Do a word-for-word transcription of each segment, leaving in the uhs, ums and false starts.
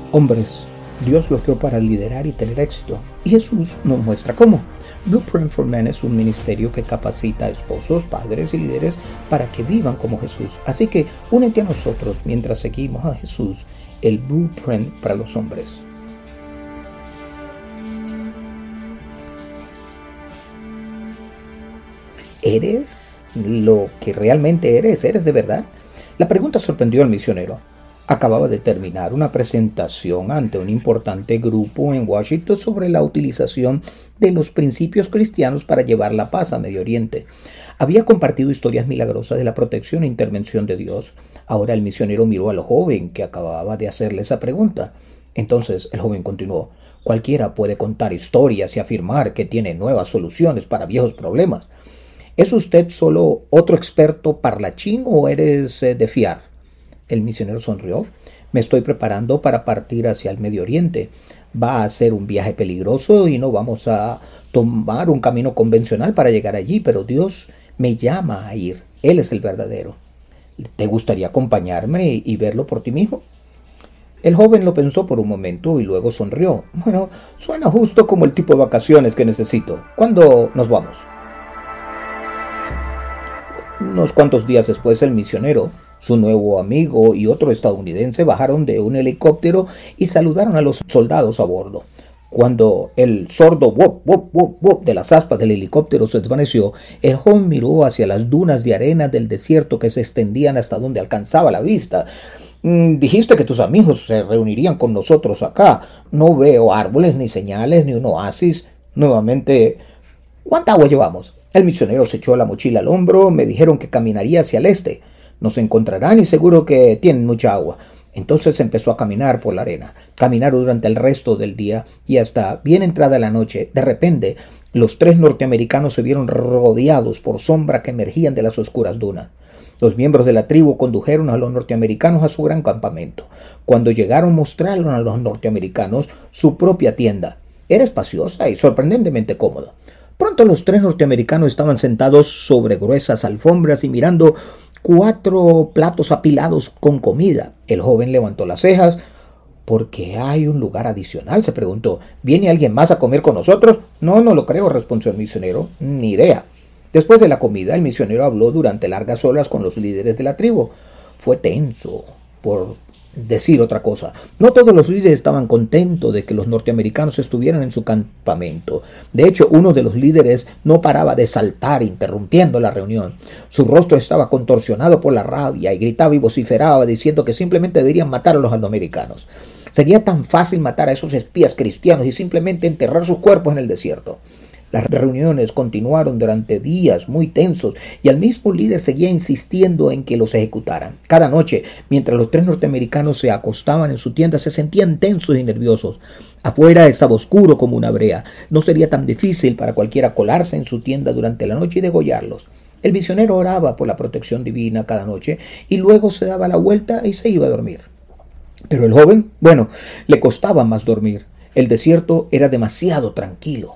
Hombres, Dios los creó para liderar y tener éxito, y Jesús nos muestra cómo. Blueprint for Men es un ministerio que capacita a esposos, padres y líderes para que vivan como Jesús. Así que únete a nosotros mientras seguimos a Jesús, el Blueprint para los hombres. ¿Eres lo que realmente eres? ¿Eres de verdad? La pregunta sorprendió al misionero. Acababa de terminar una presentación ante un importante grupo en Washington sobre la utilización de los principios cristianos para llevar la paz a Medio Oriente. Había compartido historias milagrosas de la protección e intervención de Dios. Ahora el misionero miró al joven que acababa de hacerle esa pregunta. Entonces el joven continuó: cualquiera puede contar historias y afirmar que tiene nuevas soluciones para viejos problemas. ¿Es usted solo otro experto parlachín o eres eh, de fiar? El misionero sonrió. Me estoy preparando para partir hacia el Medio Oriente. Va a ser un viaje peligroso y no vamos a tomar un camino convencional para llegar allí, pero Dios me llama a ir. Él es el verdadero. ¿Te gustaría acompañarme y, y verlo por ti mismo? El joven lo pensó por un momento y luego sonrió. Bueno, suena justo como el tipo de vacaciones que necesito. ¿Cuándo nos vamos? Unos cuantos días después, el misionero, su nuevo amigo y otro estadounidense bajaron de un helicóptero y saludaron a los soldados a bordo. Cuando el sordo wop, wop, wop, wop de las aspas del helicóptero se desvaneció, el joven miró hacia las dunas de arena del desierto que se extendían hasta donde alcanzaba la vista. Mm, dijiste que tus amigos se reunirían con nosotros acá. No veo árboles, ni señales, ni un oasis. Nuevamente, ¿cuánta agua llevamos? El misionero se echó la mochila al hombro. Me dijeron que caminaría hacia el este. Nos encontrarán y seguro que tienen mucha agua. Entonces empezó a caminar por la arena. Caminaron durante el resto del día y hasta bien entrada la noche. De repente, los tres norteamericanos se vieron rodeados por sombras que emergían de las oscuras dunas. Los miembros de la tribu condujeron a los norteamericanos a su gran campamento. Cuando llegaron, mostraron a los norteamericanos su propia tienda. Era espaciosa y sorprendentemente cómoda. Pronto los tres norteamericanos estaban sentados sobre gruesas alfombras y mirando cuatro platos apilados con comida. El joven levantó las cejas. ¿Por qué hay un lugar adicional?, se preguntó. ¿Viene alguien más a comer con nosotros? No, no lo creo, respondió el misionero. Ni idea. Después de la comida, el misionero habló durante largas horas con los líderes de la tribu. Fue tenso, por decir otra cosa. No todos los líderes estaban contentos de que los norteamericanos estuvieran en su campamento. De hecho, uno de los líderes no paraba de saltar, interrumpiendo la reunión. Su rostro estaba contorsionado por la rabia y gritaba y vociferaba diciendo que simplemente deberían matar a los norteamericanos. Sería tan fácil matar a esos espías cristianos y simplemente enterrar sus cuerpos en el desierto. Las reuniones continuaron durante días muy tensos y el mismo líder seguía insistiendo en que los ejecutaran. Cada noche, mientras los tres norteamericanos se acostaban en su tienda, se sentían tensos y nerviosos. Afuera estaba oscuro como una brea. No sería tan difícil para cualquiera colarse en su tienda durante la noche y degollarlos. El misionero oraba por la protección divina cada noche y luego se daba la vuelta y se iba a dormir. Pero el joven, bueno, le costaba más dormir. El desierto era demasiado tranquilo.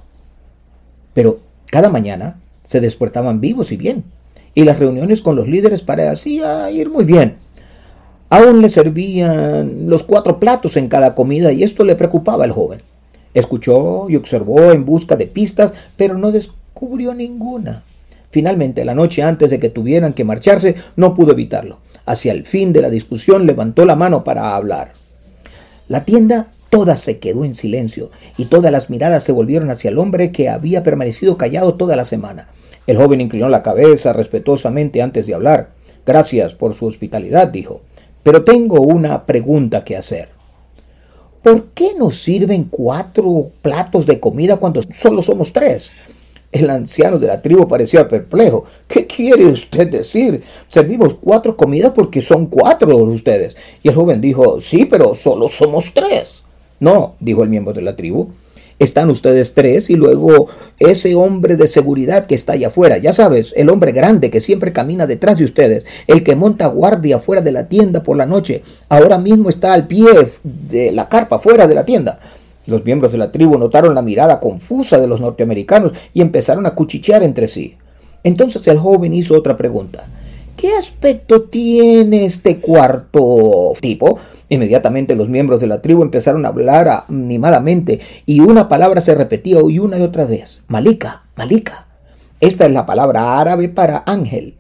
Pero cada mañana se despertaban vivos y bien, y las reuniones con los líderes parecían ir muy bien. Aún le servían los cuatro platos en cada comida y esto le preocupaba al joven. Escuchó y observó en busca de pistas, pero no descubrió ninguna. Finalmente, la noche antes de que tuvieran que marcharse, no pudo evitarlo. Hacia el fin de la discusión, levantó la mano para hablar. La tienda toda se quedó en silencio y todas las miradas se volvieron hacia el hombre que había permanecido callado toda la semana. El joven inclinó la cabeza respetuosamente antes de hablar. Gracias por su hospitalidad, dijo. Pero tengo una pregunta que hacer. ¿Por qué nos sirven cuatro platos de comida cuando solo somos tres? El anciano de la tribu parecía perplejo. ¿Qué quiere usted decir? Servimos cuatro comidas porque son cuatro de ustedes. Y el joven dijo, sí, pero solo somos tres. No, dijo el miembro de la tribu. Están ustedes tres y luego ese hombre de seguridad que está allá afuera. Ya sabes, el hombre grande que siempre camina detrás de ustedes. El que monta guardia fuera de la tienda por la noche. Ahora mismo está al pie de la carpa fuera de la tienda. Los miembros de la tribu notaron la mirada confusa de los norteamericanos y empezaron a cuchichear entre sí. Entonces el joven hizo otra pregunta. ¿qué aspecto tiene este cuarto tipo? Inmediatamente los miembros de la tribu empezaron a hablar animadamente y una palabra se repetía y una y otra vez. Malika, Malika. Esta es la palabra árabe para ángel.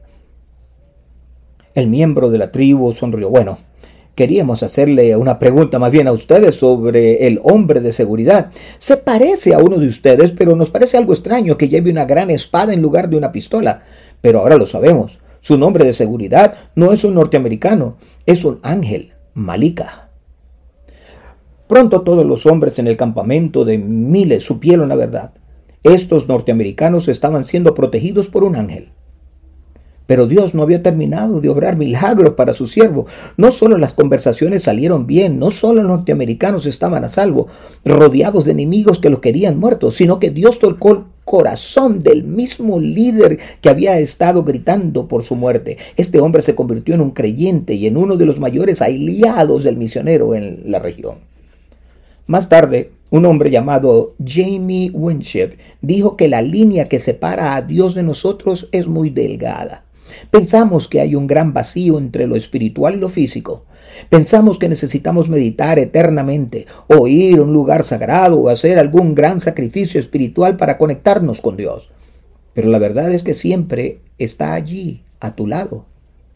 El miembro de la tribu sonrió. Bueno, queríamos hacerle una pregunta más bien a ustedes sobre el hombre de seguridad. Se parece a uno de ustedes, pero nos parece algo extraño que lleve una gran espada en lugar de una pistola. Pero ahora lo sabemos. Su nombre de seguridad no es un norteamericano, es un ángel, Malika. Pronto todos los hombres en el campamento de miles supieron la verdad. Estos norteamericanos estaban siendo protegidos por un ángel. Pero Dios no había terminado de obrar milagros para su siervo. No solo las conversaciones salieron bien, no solo los norteamericanos estaban a salvo, rodeados de enemigos que los querían muertos, sino que Dios tocó el corazón del mismo líder que había estado gritando por su muerte. Este hombre se convirtió en un creyente y en uno de los mayores aliados del misionero en la región. Más tarde, un hombre llamado Jamie Winship dijo que la línea que separa a Dios de nosotros es muy delgada. Pensamos que hay un gran vacío entre lo espiritual y lo físico. Pensamos que necesitamos meditar eternamente, o ir a un lugar sagrado, o hacer algún gran sacrificio espiritual para conectarnos con Dios. Pero la verdad es que siempre está allí, a tu lado.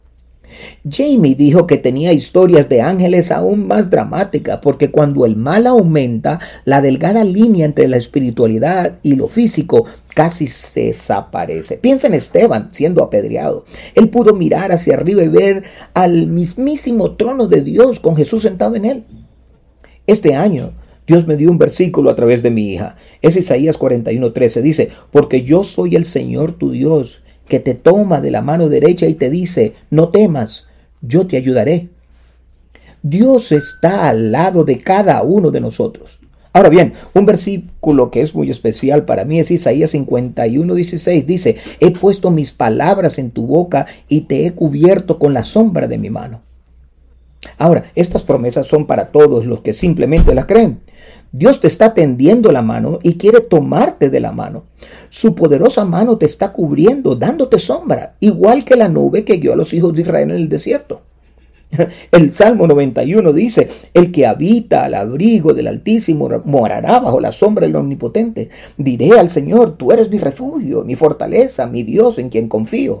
Jamie dijo que tenía historias de ángeles aún más dramáticas, porque cuando el mal aumenta, la delgada línea entre la espiritualidad y lo físico casi se desaparece. Piensa en Esteban siendo apedreado. Él pudo mirar hacia arriba y ver al mismísimo trono de Dios con Jesús sentado en él. Este año, Dios me dio un versículo a través de mi hija. Es Isaías cuarenta y uno trece. Dice, porque yo soy el Señor tu Dios, que te toma de la mano derecha y te dice, no temas, yo te ayudaré. Dios está al lado de cada uno de nosotros. Ahora bien, un versículo que es muy especial para mí es Isaías cincuenta y uno dieciséis. Dice, he puesto mis palabras en tu boca y te he cubierto con la sombra de mi mano. Ahora, estas promesas son para todos los que simplemente las creen. Dios te está tendiendo la mano y quiere tomarte de la mano. Su poderosa mano te está cubriendo, dándote sombra, igual que la nube que guió a los hijos de Israel en el desierto. El Salmo noventa y uno dice, el que habita al abrigo del Altísimo morará bajo la sombra del Omnipotente. Diré al Señor, tú eres mi refugio, mi fortaleza, mi Dios en quien confío.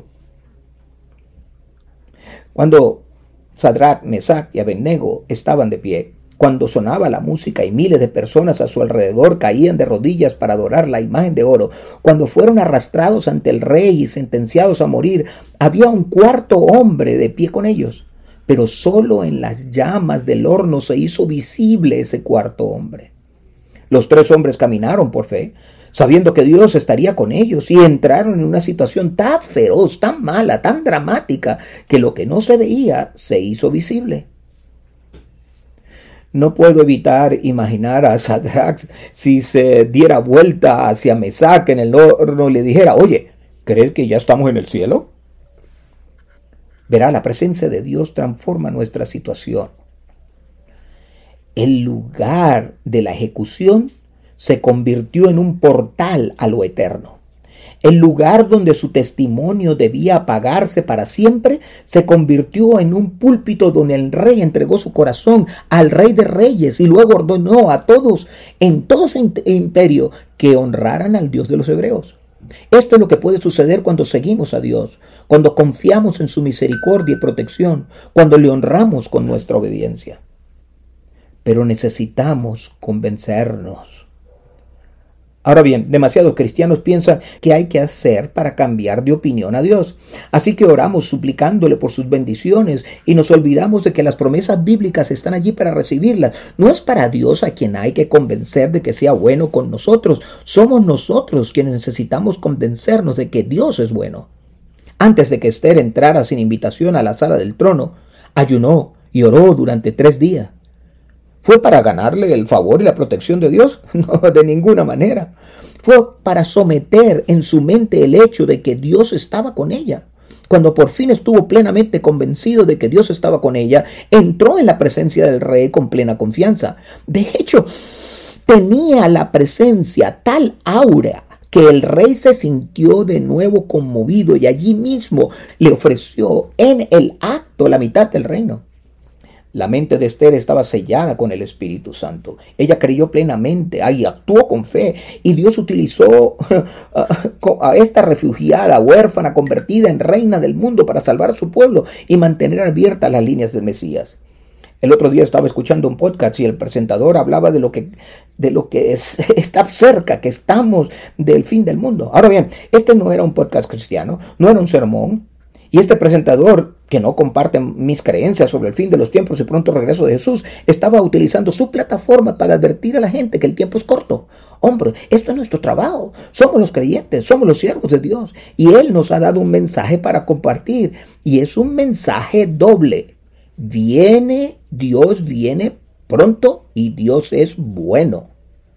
Cuando Sadrach, Mesach y Abednego estaban de pie, cuando sonaba la música y miles de personas a su alrededor caían de rodillas para adorar la imagen de oro, cuando fueron arrastrados ante el rey y sentenciados a morir, había un cuarto hombre de pie con ellos, pero solo en las llamas del horno se hizo visible ese cuarto hombre. Los tres hombres caminaron por fe, sabiendo que Dios estaría con ellos, y entraron en una situación tan feroz, tan mala, tan dramática, que lo que no se veía se hizo visible. No puedo evitar imaginar a Sadrach si se diera vuelta hacia Mesach en el horno y le dijera, oye, ¿crees que ya estamos en el cielo? Verá, la presencia de Dios transforma nuestra situación. El lugar de la ejecución se convirtió en un portal a lo eterno. El lugar donde su testimonio debía apagarse para siempre se convirtió en un púlpito donde el rey entregó su corazón al Rey de Reyes y luego ordenó a todos en todo su imperio que honraran al Dios de los hebreos. Esto es lo que puede suceder cuando seguimos a Dios, cuando confiamos en su misericordia y protección, cuando le honramos con nuestra obediencia. Pero necesitamos convencernos. Ahora bien, demasiados cristianos piensan que hay que hacer para cambiar de opinión a Dios. Así que oramos suplicándole por sus bendiciones y nos olvidamos de que las promesas bíblicas están allí para recibirlas. No es para Dios a quien hay que convencer de que sea bueno con nosotros. Somos nosotros quienes necesitamos convencernos de que Dios es bueno. Antes de que Esther entrara sin invitación a la sala del trono, ayunó y oró durante tres días. ¿Fue para ganarle el favor y la protección de Dios? No, de ninguna manera. Fue para someter en su mente el hecho de que Dios estaba con ella. Cuando por fin estuvo plenamente convencido de que Dios estaba con ella, entró en la presencia del rey con plena confianza. De hecho, tenía la presencia, tal aura, que el rey se sintió de nuevo conmovido y allí mismo le ofreció en el acto la mitad del reino. La mente de Esther estaba sellada con el Espíritu Santo. Ella creyó plenamente y actuó con fe. Y Dios utilizó a esta refugiada, huérfana, convertida en reina del mundo para salvar a su pueblo y mantener abiertas las líneas del Mesías. El otro día estaba escuchando un podcast y el presentador hablaba de lo que, de lo que es, está cerca, que estamos del fin del mundo. Ahora bien, este no era un podcast cristiano, no era un sermón. Y este presentador, que no comparte mis creencias sobre el fin de los tiempos y pronto regreso de Jesús, estaba utilizando su plataforma para advertir a la gente que el tiempo es corto. Hombre, esto es nuestro trabajo. Somos los creyentes, somos los siervos de Dios. Y Él nos ha dado un mensaje para compartir. Y es un mensaje doble. Viene, Dios viene pronto y Dios es bueno.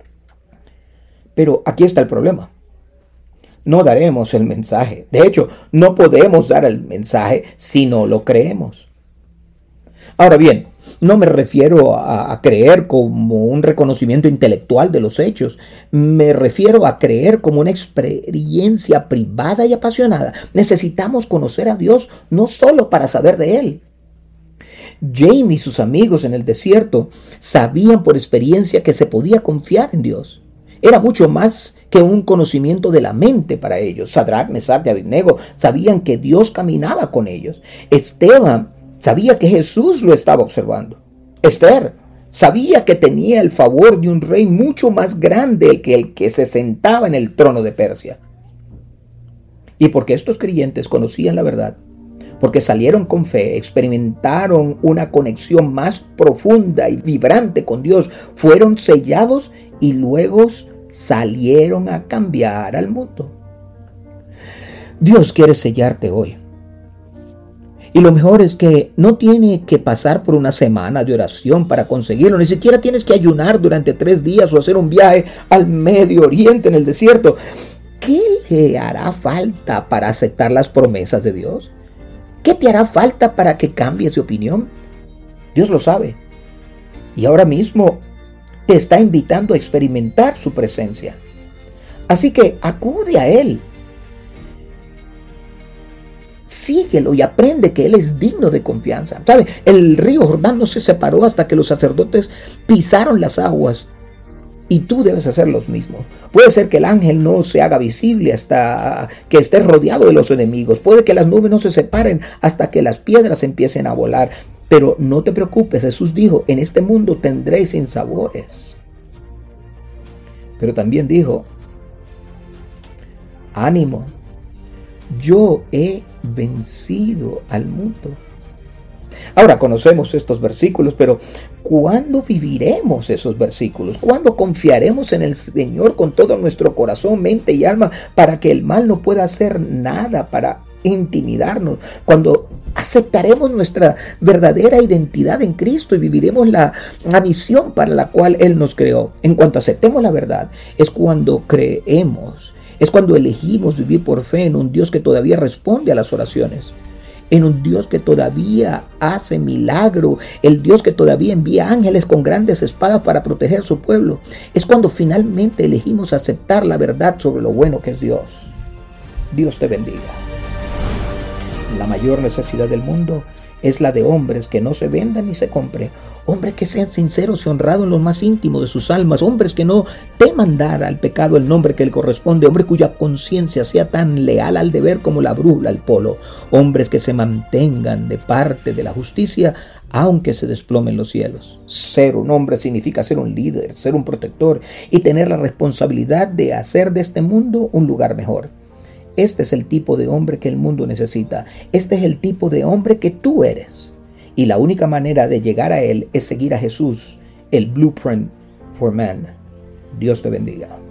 Pero aquí está el problema. No daremos el mensaje. De hecho, no podemos dar el mensaje si no lo creemos. Ahora bien, no me refiero a, a creer como un reconocimiento intelectual de los hechos. Me refiero a creer como una experiencia privada y apasionada. Necesitamos conocer a Dios no solo para saber de Él. Jaime y sus amigos en el desierto sabían por experiencia que se podía confiar en Dios. Era mucho más que un conocimiento de la mente para ellos. Sadrach, Mesach y Abednego sabían que Dios caminaba con ellos. Esteban sabía que Jesús lo estaba observando. Esther sabía que tenía el favor de un rey mucho más grande que el que se sentaba en el trono de Persia. Y porque estos creyentes conocían la verdad, porque salieron con fe, experimentaron una conexión más profunda y vibrante con Dios, fueron sellados y luego salieron a cambiar al mundo. Dios quiere sellarte hoy. Y lo mejor es que no tiene que pasar por una semana de oración para conseguirlo. Ni siquiera tienes que ayunar durante tres días o hacer un viaje al Medio Oriente en el desierto. ¿Qué le hará falta para aceptar las promesas de Dios? ¿Qué te hará falta para que cambies de opinión? Dios lo sabe. Y ahora mismo te está invitando a experimentar su presencia. Así que acude a Él. Síguelo y aprende que Él es digno de confianza. ¿Sabe? El río Jordán no se separó hasta que los sacerdotes pisaron las aguas. Y tú debes hacer lo mismo. Puede ser que el ángel no se haga visible hasta que estés rodeado de los enemigos. Puede que las nubes no se separen hasta que las piedras empiecen a volar. Pero no te preocupes, Jesús dijo, en este mundo tendréis sinsabores. Pero también dijo, ánimo, yo he vencido al mundo. Ahora conocemos estos versículos, pero ¿cuándo viviremos esos versículos? ¿Cuándo confiaremos en el Señor con todo nuestro corazón, mente y alma para que el mal no pueda hacer nada para intimidarnos? Cuando aceptaremos nuestra verdadera identidad en Cristo y viviremos la, la misión para la cual Él nos creó. En cuanto aceptemos la verdad, es cuando creemos, es cuando elegimos vivir por fe en un Dios que todavía responde a las oraciones, en un Dios que todavía hace milagro, el Dios que todavía envía ángeles con grandes espadas para proteger a su pueblo. Es cuando finalmente elegimos aceptar la verdad sobre lo bueno que es Dios. Dios te bendiga. La mayor necesidad del mundo es la de hombres que no se vendan ni se compren, hombres que sean sinceros y honrados en lo más íntimo de sus almas, hombres que no teman dar al pecado el nombre que le corresponde, hombres cuya conciencia sea tan leal al deber como la brújula al polo, hombres que se mantengan de parte de la justicia aunque se desplomen los cielos. Ser un hombre significa ser un líder, ser un protector y tener la responsabilidad de hacer de este mundo un lugar mejor. Este es el tipo de hombre que el mundo necesita. Este es el tipo de hombre que tú eres. Y la única manera de llegar a Él es seguir a Jesús, el blueprint for man. Dios te bendiga.